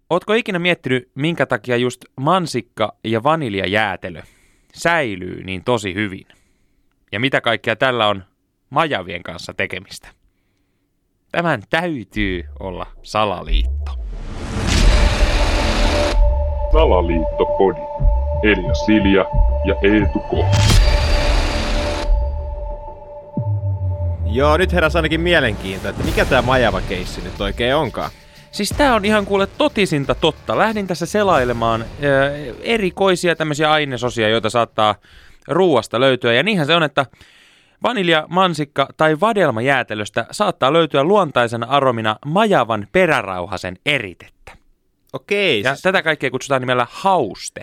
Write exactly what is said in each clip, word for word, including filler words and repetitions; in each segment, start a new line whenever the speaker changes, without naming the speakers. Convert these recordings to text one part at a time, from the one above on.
Ootko ikinä miettinyt, minkä takia just mansikka ja vaniljajäätelö säilyy niin tosi hyvin? Ja mitä kaikkea tällä on majavien kanssa tekemistä? Tämän täytyy olla salaliitto.
Salaliittopodi. Elia Silja ja Eetu K.
Joo, nyt heräsi ainakin mielenkiintoa, että mikä tää majava-keissi nyt oikein onkaan.
Siis tää on ihan kuule totisinta totta. Lähdin tässä selailemaan äh, erikoisia tämmöisiä ainesosia, joita saattaa ruuasta löytyä. Ja niinhän se on, että vanilja, mansikka tai vadelmajäätelöstä saattaa löytyä luontaisena aromina majavan perärauhasen eritettä.
Okei.
Ja
siis...
tätä kaikkea kutsutaan nimellä hauste.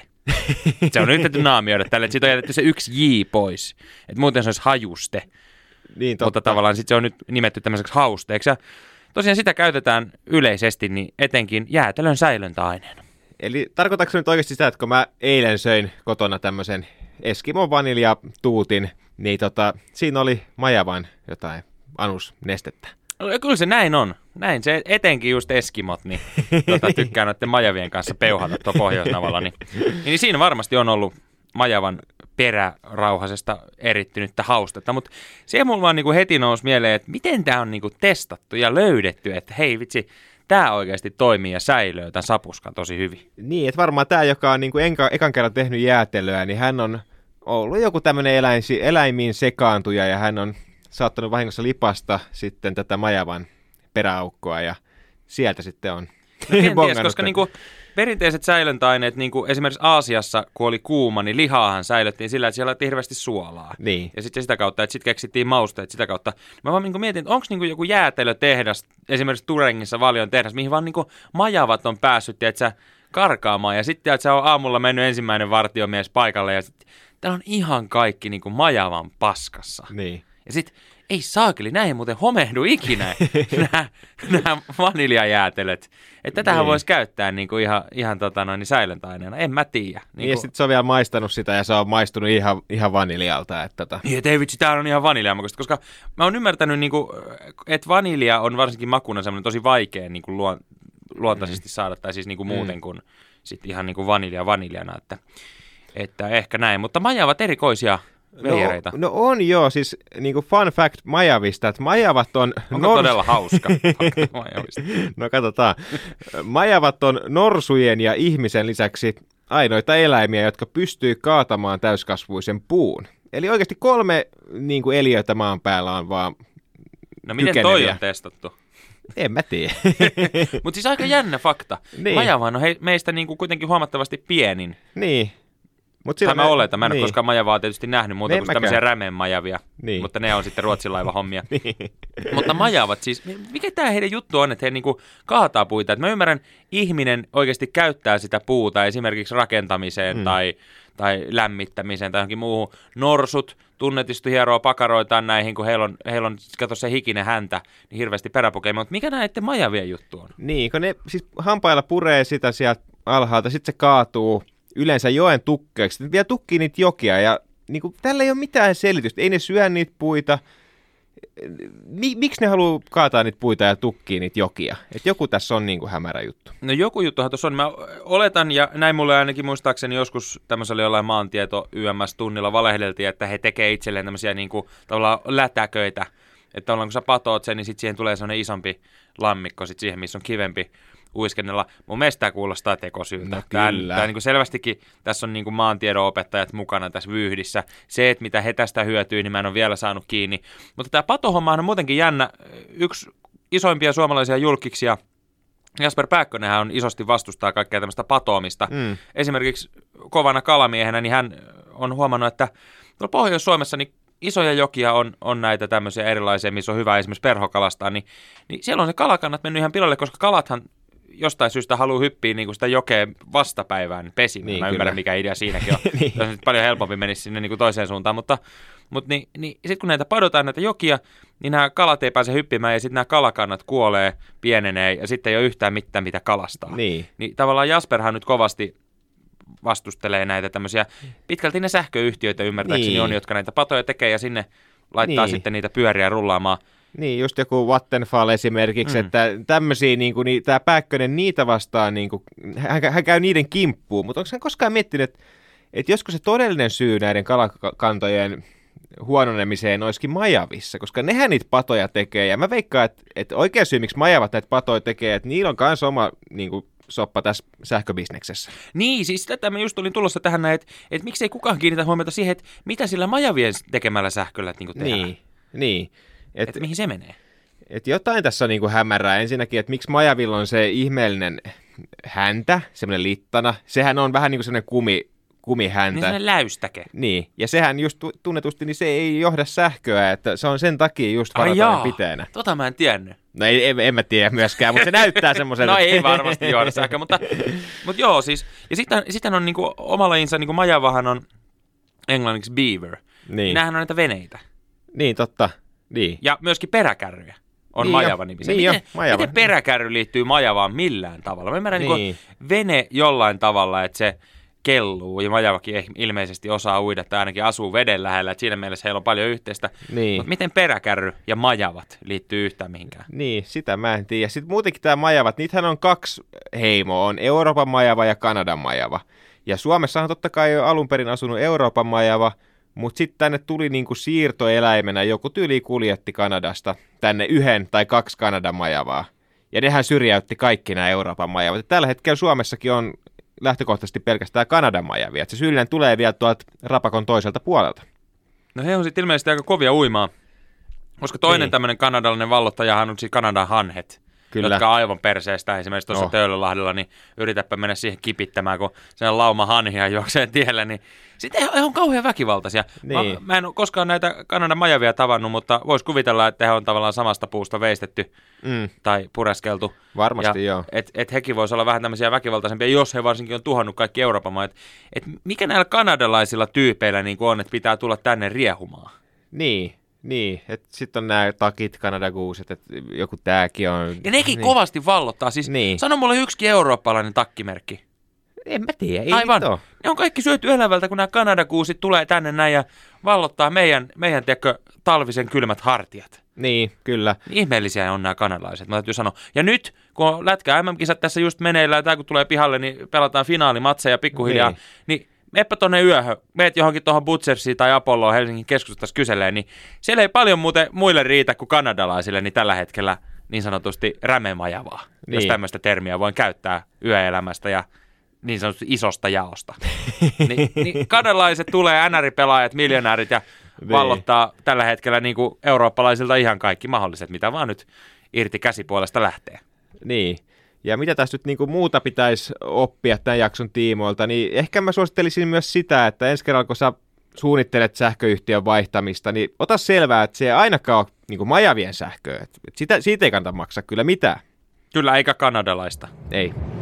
Se on yritetty naamioida tälle, että siitä on jätetty se yksi J pois. Että muuten se olisi hajuste.
Niin, totta.
Mutta tavallaan sit se on nyt nimetty tämmöiseksi hausteeksi. Ja tosiaan sitä käytetään yleisesti niin etenkin jäätelön säilöntäaineena.
Eli tarkoitatko se nyt oikeasti sitä, että kun mä eilen söin kotona tämmöisen Eskimon vaniljatuutin, niin tota, siinä oli majavan jotain anusnestettä.
No, kyllä se näin on. Näin se etenkin just eskimot, niin tota, tykkää noiden majavien kanssa peuhata tuo Pohjoisnavalla. Niin, niin siinä varmasti on ollut majavan perärauhasesta erittynyttä haustetta, mutta se mulla vaan niinku heti nousi mieleen, että miten tämä on niinku testattu ja löydetty, että hei vitsi, tämä oikeasti toimii ja säilöö tämän sapuskan tosi hyvin.
Niin, että varmaan tämä, joka on niinku enka, ekan kerran tehnyt jäätelöä, niin hän on ollut joku tämmöinen eläin, eläimiin sekaantuja ja hän on saattanut vahingossa lipasta sitten tätä majavan peräaukkoa ja sieltä sitten on
no kenties, koska niinku perinteiset säilöntäaineet, niin kuin esimerkiksi Aasiassa, kun oli kuuma, niin lihaahan säilyttiin sillä, että siellä oli hirveästi suolaa.
Niin.
Ja sitten sitä kautta, että sitten keksittiin mausteet sitä kautta. Mä vaan niin mietin, että onko niin joku jäätelötehdas, esimerkiksi Turengissa Valion tehdas, mihin vaan niin majavat on päässyt, että sä karkaamaan. Ja sitten, että sä on aamulla mennyt ensimmäinen vartiomies paikalle ja sitten täällä on ihan kaikki niin kuin majavan paskassa.
Niin.
Ja sitten, ei saakeli, näin ei muuten homehdu ikinä, nämä, nämä vaniljajäätelöt. Että tätähän niin voisi käyttää niin kuin ihan, ihan tota noin, niin säilöntäaineena, en mä tiedä. Niin
niin ja
kun...
sitten se on vielä maistanut sitä ja se on maistunut ihan, ihan vaniljalta. Että tota.
Niin, että ei vitsi, tää on ihan vaniljamakoista, koska mä oon ymmärtänyt, niin kuin, että vanilja on varsinkin makuna semmoinen tosi vaikea niin kuin luon, luontaisesti mm. saada, tai siis niin kuin muuten mm. kuin sit ihan niin kuin vanilja vaniljana, että, että ehkä näin. Mutta majavat erikoisia veijereitä.
No, no on joo, siis niinku fun fact majavista, että majavat on...
Onko nors... todella hauska majavista?
No katsotaan. Majavat on norsujen ja ihmisen lisäksi ainoita eläimiä, jotka pystyy kaatamaan täyskasvuisen puun. Eli oikeasti kolme niin kuin eliötä maan päällä on vaan
no miten
kykeneviä.
Toi on testattu?
En mä tiedä.
Mutta siis aika jännä fakta.
Niin.
Majavahan on he, meistä niinku kuitenkin huomattavasti pienin.
Niin. Mut
tai mä
me...
oletan, mä en
niin.
ole koskaan majavaa tietysti nähnyt muuta kuin tämmöisiä rämeenmajavia,
niin.
mutta ne on sitten ruotsinlaiva hommia.
niin.
Mutta majavat siis, mikä tämä heidän juttu on, että he niinku kaataa puita? Et mä ymmärrän, ihminen oikeasti käyttää sitä puuta esimerkiksi rakentamiseen mm. tai, tai lämmittämiseen tai johonkin muuhun. Norsut tunnetusti hieroo pakaroitaan näihin, kun heillä on, heillä on kato se hikinen häntä, niin hirveästi peräpokeima. Mutta mikä näiden majavien juttu on?
Niin, kun ne siis hampailla puree sitä sieltä alhaalta, sitten se kaatuu yleensä joen tukkeeksi. Sitten vielä tukkii niitä jokia ja niin kuin, tällä ei ole mitään selitystä. Ei ne syö niitä puita. Miksi ne haluaa kaataa niitä puita ja tukkii niitä jokia? Et joku tässä on niin kuin hämärä juttu.
No joku juttuhan tuossa on. Mä oletan, ja näin mulle ainakin muistaakseni joskus tämmöisellä jollain maantieto Y M S-tunnilla valehdeltiin, että he tekee itselleen tämmöisiä niin kuin tavallaan lätäköitä. Että tavallaan kun sä patoot sen, niin sitten siihen tulee semmoinen isompi lammikko sit siihen, missä on kivempi uiskennella. Mun mielestä tämä kuulostaa tekosyyltä.
No
tämä,
kyllä.
tämä niin kuin selvästikin, tässä on niin kuin maantiedon opettajat mukana tässä vyyhdissä. Se, että mitä he tästä hyötyy, niin mä en ole vielä saanut kiinni. Mutta tämä patohommahan on muutenkin jännä. Yksi isoimpia suomalaisia julkkiksia, Jasper Pääkkönenhän on isosti vastustaa kaikkea tämmöistä patoamista. Mm. Esimerkiksi kovana kalamiehenä, niin hän on huomannut, että Pohjois-Suomessa niin isoja jokia on, on näitä tämmöisiä erilaisia, missä on hyvä esimerkiksi perhokalastaa, niin, niin siellä on se kalakannat mennyt ihan pilalle, koska kalathan jostain syystä haluaa hyppiä niin kuin sitä jokea vastapäivään pesimään.
Niin,
mä
kyllä.
ymmärrän, mikä idea siinäkin on. niin. Se on nyt paljon helpompi menisi sinne niin kuin toiseen suuntaan, mutta, mutta niin, niin, sitten kun näitä padotaan näitä jokia, niin nämä kalat ei pääse hyppimään ja sitten nämä kalakannat kuolee, pienenee ja sitten ei ole yhtään mitään, mitä kalastaa.
Niin.
Niin tavallaan Jasperhan nyt kovasti vastustelee näitä tämmöisiä, pitkälti ne sähköyhtiöitä ymmärtääkseni
niin.
on, jotka näitä patoja tekee ja sinne laittaa
niin.
sitten niitä pyöriä rullaamaan.
Niin, just joku Vattenfall esimerkiksi, mm. että tämmöisiä, niin kuin, niin, tämä Pääkkönen niitä vastaan, niin kuin, hän, hän käy niiden kimppuun, mutta onko hän koskaan miettinyt, että, että joskus se todellinen syy näiden kalakantojen huononemiseen olisikin majavissa, koska nehän niitä patoja tekee, ja mä veikkaan, että, että oikea syy, miksi majavat näitä patoja tekee, että niillä on myös oma niin kuin, soppa tässä sähköbisneksessä.
Niin, siis tätä mä just olin tulossa tähän näin, että, että miksei kukaan kiinnitä huomiota siihen, että mitä sillä majavien tekemällä sähköllä niin kuin tehdään.
Niin, niin.
Että et mihin se menee?
Että jotain tässä on niin kuin hämärää. Ensinnäkin, että miksi majavilla on se ihmeellinen häntä, semmoinen littana. Sehän on vähän niin kuin semmoinen kumi, kumihäntä.
Niin semmoinen läystäke.
Niin, ja sehän just tunnetusti, niin se ei johda sähköä, että se on sen takia just varatoimenpiteenä.
Tota mä en tiennyt.
No ei, en, en mä tiedä myöskään, mutta se näyttää semmoiselta.
No ei varmasti johda sähköä, mutta, mutta joo siis. Ja sitten, sitten on niin kuin oma lajinsa, niin kuin majavahan on englanniksi beaver.
Niin.
Nämähän on näitä veneitä.
Niin, totta. Niin.
Ja myöskin peräkärryjä on
niin
majava nimisiä.
Niin
miten,
majava.
miten peräkärry liittyy majavaan millään tavalla? Mä ymmärrän niin. niin vene jollain tavalla, että se kelluu, ja majavakin ilmeisesti osaa uida, tai ainakin asuu veden lähellä, että siinä mielessä heillä on paljon yhteistä.
Niin.
Mutta miten peräkärry ja majavat liittyy yhtään mihinkään?
Niin, sitä mä en tiedä. Sitten muutenkin tämä majavat, niitähän on kaksi heimoa, on Euroopan majava ja Kanadan majava. Ja Suomessa on totta kai jo alun perin asunut Euroopan majava, mutta sitten tänne tuli niinku siirtoeläimenä, joku tyyli kuljetti Kanadasta tänne yhden tai kaksi Kanadan majavaa. Ja nehän syrjäytti kaikki nämä Euroopan majavat. Ja tällä hetkellä Suomessakin on lähtökohtaisesti pelkästään Kanadan majavia. Et se syyllinen tulee vielä tuolta rapakon toiselta puolelta.
No he on sitten ilmeisesti aika kovia uimaa, koska toinen niin. tämmöinen kanadalainen vallottajahan on siis Kanadan hanhet. Kyllä. Jotka on aivan perseestä. Esimerkiksi tuossa no. Töölönlahdella, niin yritäpä mennä siihen kipittämään, kun sen lauma hanhia juoksee tielle, niin sitten he on kauhean väkivaltaisia. Niin. Mä, mä en ole koskaan näitä Kanadan majavia tavannut, mutta vois kuvitella, että he on tavallaan samasta puusta veistetty mm. tai pureskeltu.
Varmasti
ja
joo.
Että et hekin vois olla vähän tämmöisiä väkivaltaisempia, jos he varsinkin on tuhannut kaikki Euroopan maat. Että et mikä näillä kanadalaisilla tyypeillä niin on, että pitää tulla tänne riehumaan?
Niin. Niin, että sitten on nämä takit, kanadaguuset, että joku tääkin on.
Ja nekin
niin.
kovasti vallottaa. Siis
niin.
Sano mulle yksikin eurooppalainen takkimerkki.
En mä tiedä, ei
Aivan.
Mitto.
Ne on kaikki syöty elävältä, kun nämä kanadaguusit tulee tänne näin ja vallottaa meidän, meidän tiedätkö, talvisen kylmät hartiat.
Niin, kyllä.
Ihmeellisiä on nämä kanadalaiset, mä täytyy sanoa. Ja nyt, kun Lätkä M M-kisat tässä just meneillään, tai kun tulee pihalle, niin pelataan finaalimatseja pikkuhiljaa, niin, niin meppä tonne yöhön, meet johonkin tuohon Butchersiin tai Apolloon Helsingin keskustassa kyselee, niin siellä ei paljon muuten muille riitä kuin kanadalaisille, niin tällä hetkellä niin sanotusti rämemajavaa, niin. Jos tämmöistä termiä voin käyttää yöelämästä ja niin sanotusti isosta jaosta. Ni, niin kanadalaiset tulee, N R-pelaajat, miljonäärit ja vallottaa tällä hetkellä niin kuin eurooppalaisilta ihan kaikki mahdolliset, mitä vaan nyt irti käsipuolesta lähtee.
Niin. Ja mitä tässä nyt niin kuin muuta pitäisi oppia tämän jakson tiimoilta, niin ehkä mä suosittelisin myös sitä, että ensi kerralla kun sä suunnittelet sähköyhtiön vaihtamista, niin ota selvää, että se ei ainakaan ole niin kuin majavien sähköä. Että sitä, siitä ei kannata maksaa kyllä mitään.
Kyllä, eikä kanadalaista.
Ei.